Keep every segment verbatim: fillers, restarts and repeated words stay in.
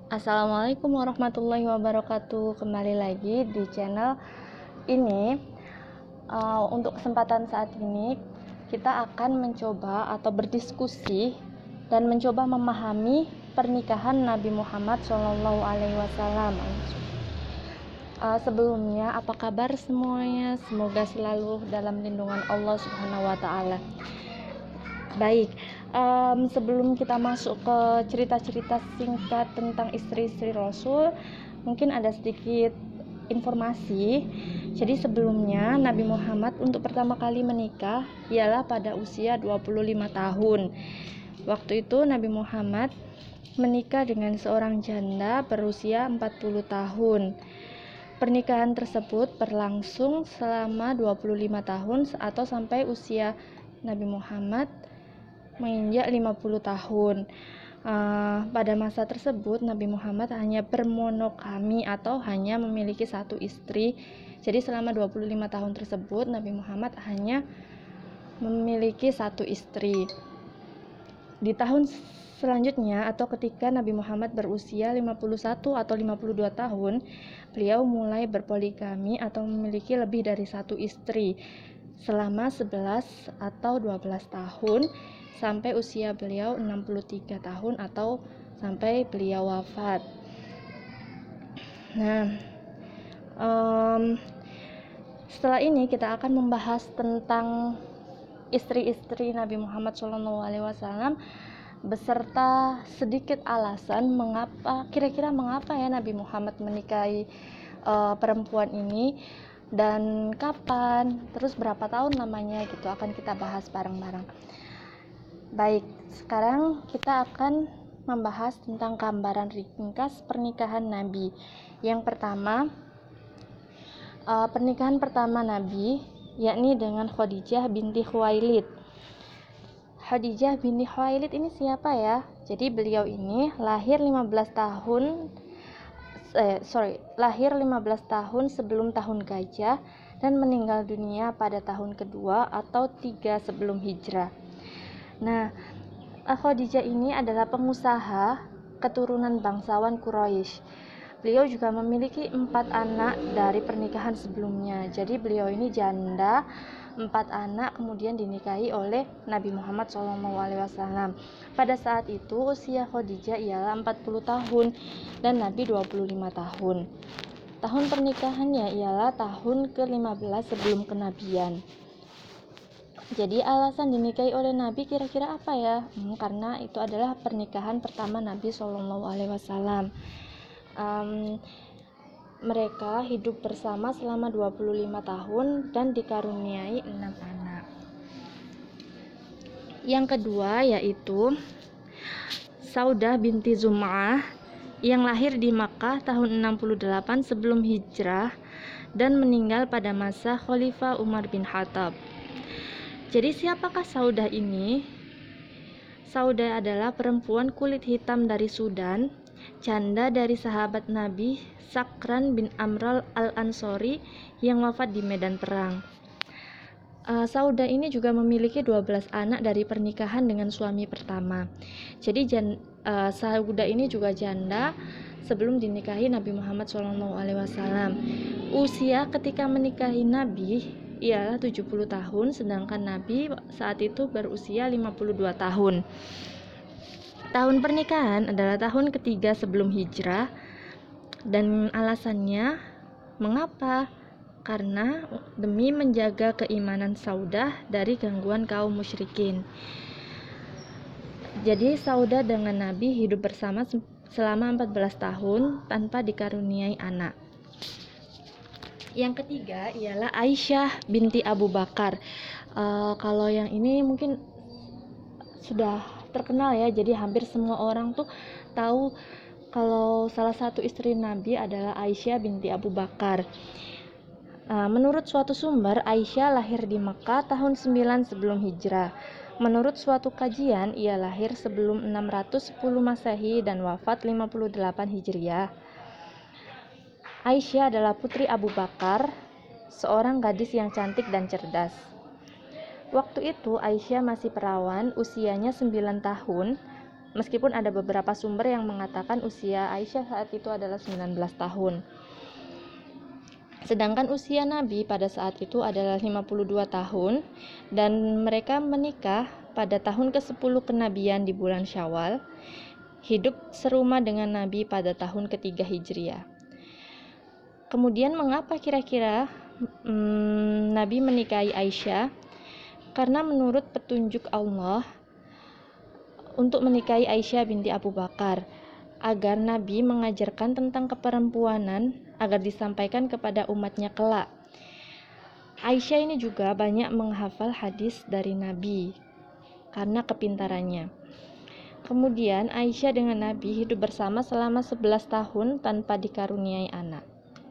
Assalamualaikum warahmatullahi wabarakatuh. Kembali lagi di channel ini. Uh, untuk kesempatan saat ini kita akan mencoba atau berdiskusi dan mencoba memahami pernikahan Nabi Muhammad shallallahu alaihi wasallam. Uh, sebelumnya, apa kabar semuanya? Semoga selalu dalam lindungan Allah Subhanahu wa taala. Baik, um, sebelum kita masuk ke cerita-cerita singkat tentang istri-istri Rasul, mungkin ada sedikit informasi. Jadi sebelumnya Nabi Muhammad untuk pertama kali menikah ialah pada usia dua puluh lima tahun. Waktu itu Nabi Muhammad menikah dengan seorang janda berusia empat puluh tahun. Pernikahan tersebut berlangsung selama dua puluh lima tahun atau sampai usia Nabi Muhammad menginjak lima puluh tahun. Uh, pada masa tersebut Nabi Muhammad hanya bermonogami atau hanya memiliki satu istri. Jadi selama dua puluh lima tahun tersebut Nabi Muhammad hanya memiliki satu istri. Di tahun selanjutnya atau ketika Nabi Muhammad berusia lima puluh satu atau lima puluh dua tahun, beliau mulai berpoligami atau memiliki lebih dari satu istri selama sebelas atau dua belas tahun sampai usia beliau enam puluh tiga tahun atau sampai beliau wafat. Nah, um, setelah ini kita akan membahas tentang istri-istri Nabi Muhammad shallallahu alaihi wasallam beserta sedikit alasan mengapa kira-kira mengapa ya Nabi Muhammad menikahi uh, perempuan ini dan kapan, terus berapa tahun lamanya gitu, akan kita bahas bareng-bareng. Baik, sekarang kita akan membahas tentang gambaran ringkas pernikahan Nabi. Yang pertama, uh, pernikahan pertama Nabi, yakni dengan Khadijah binti Khuwailid. Khadijah binti Khuwailid ini siapa ya? Jadi beliau ini lahir lima belas tahun, eh, sorry, lahir lima belas tahun sebelum tahun gajah dan meninggal dunia pada tahun kedua atau tiga sebelum hijrah. Nah, Khadijah ini adalah pengusaha keturunan bangsawan Quraisy. Beliau juga memiliki empat anak dari pernikahan sebelumnya. Jadi beliau ini janda, empat anak kemudian dinikahi oleh Nabi Muhammad shallallahu alaihi wasallam. Pada saat itu usia Khadijah ialah empat puluh tahun dan Nabi dua puluh lima tahun. Tahun pernikahannya ialah tahun ke lima belas sebelum kenabian. Jadi alasan dinikahi oleh Nabi kira-kira apa ya? Hmm, karena itu adalah pernikahan pertama Nabi shallallahu alaihi wasallam. Um, mereka hidup bersama selama dua puluh lima tahun dan dikaruniai enam anak. Yang kedua yaitu Saudah binti Zum'ah yang lahir di Makkah tahun enam puluh delapan sebelum hijrah dan meninggal pada masa Khalifah Umar bin Khattab. Jadi siapakah Saudah ini? Saudah adalah perempuan kulit hitam dari Sudan, janda dari sahabat Nabi Sakran bin Amral al-Ansori yang wafat di medan perang. Uh, Saudah ini juga memiliki dua belas anak dari pernikahan dengan suami pertama. Jadi jan, uh, Saudah ini juga janda sebelum dinikahi Nabi Muhammad shallallahu alaihi wasallam. Usia ketika menikahi Nabi ialah tujuh puluh tahun, sedangkan Nabi saat itu berusia lima puluh dua tahun. Tahun pernikahan adalah tahun ketiga sebelum hijrah, dan alasannya mengapa? Karena demi menjaga keimanan Saudah dari gangguan kaum musyrikin. Jadi Saudah dengan Nabi hidup bersama selama empat belas tahun tanpa dikaruniai anak. Yang ketiga ialah Aisyah binti Abu Bakar. Uh, kalau yang ini mungkin sudah terkenal ya, jadi hampir semua orang tuh tahu kalau salah satu istri Nabi adalah Aisyah binti Abu Bakar. Uh, menurut suatu sumber, Aisyah lahir di Makkah tahun sembilan sebelum hijrah. Menurut suatu kajian, ia lahir sebelum enam ratus sepuluh Masehi dan wafat lima puluh delapan Hijriah. Aisyah adalah putri Abu Bakar, seorang gadis yang cantik dan cerdas. Waktu itu Aisyah masih perawan, usianya sembilan tahun, Meskipun ada beberapa sumber yang mengatakan usia Aisyah saat itu adalah sembilan belas tahun. Sedangkan usia Nabi pada saat itu adalah lima puluh dua tahun, dan mereka menikah pada tahun kesepuluh kenabian di bulan Syawal, hidup serumah dengan Nabi pada tahun ketiga Hijriah. Kemudian mengapa kira-kira hmm, Nabi menikahi Aisyah? Karena menurut petunjuk Allah untuk menikahi Aisyah binti Abu Bakar, agar Nabi mengajarkan tentang keperempuanan agar disampaikan kepada umatnya kelak. Aisyah ini juga banyak menghafal hadis dari Nabi karena kepintarannya. Kemudian Aisyah dengan Nabi hidup bersama selama sebelas tahun tanpa dikaruniai anak.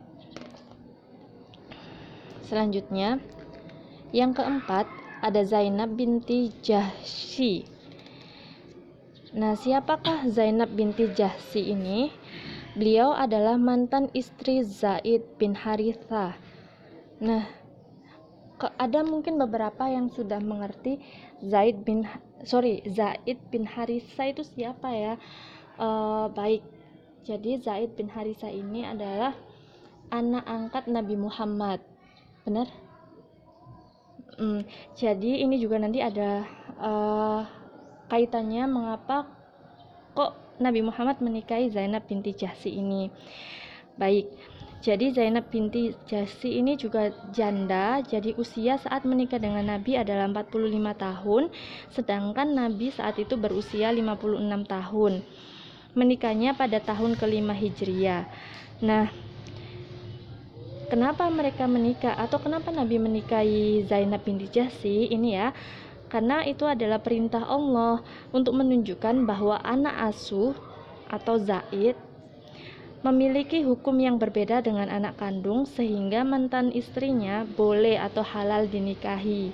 Selanjutnya, yang keempat ada Zainab binti Jahsy. Nah, siapakah Zainab binti Jahsy ini? Beliau adalah mantan istri Zaid bin Harithah. Nah, ada mungkin beberapa yang sudah mengerti Zaid bin sorry Zaid bin Harithah itu siapa ya? Uh, baik, jadi Zaid bin Harithah ini adalah anak angkat Nabi Muhammad, benar? Hmm, jadi ini juga nanti ada uh, kaitannya mengapa kok Nabi Muhammad menikahi Zainab binti Jahsy ini. Baik, jadi Zainab binti Jahsy ini juga janda, jadi usia saat menikah dengan Nabi adalah empat puluh lima tahun, sedangkan Nabi saat itu berusia lima puluh enam tahun. Menikahnya pada tahun kelima Hijriah. Nah, kenapa mereka menikah atau kenapa Nabi menikahi Zainab binti Jahsy ini ya? Karena itu adalah perintah Allah untuk menunjukkan bahwa anak asuh atau Zaid memiliki hukum yang berbeda dengan anak kandung, sehingga mantan istrinya boleh atau halal dinikahi.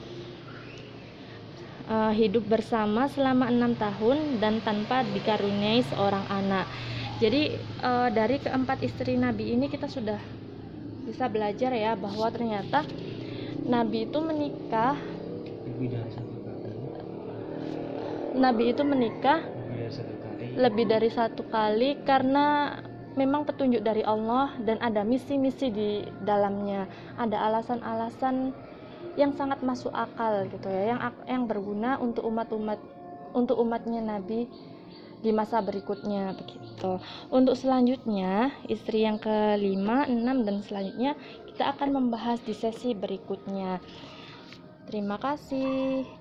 Uh, hidup bersama selama enam tahun dan tanpa dikaruniai seorang anak. Jadi uh, dari keempat istri Nabi ini kita sudah bisa belajar ya bahwa ternyata Nabi itu menikah Nabi itu menikah lebih dari satu kali karena memang petunjuk dari Allah dan ada misi-misi di dalamnya, ada alasan-alasan yang sangat masuk akal gitu ya, yang yang berguna untuk umat-umat untuk umatnya Nabi di masa berikutnya begitu. Untuk selanjutnya istri yang kelima, enam dan selanjutnya kita akan membahas di sesi berikutnya. Terima kasih.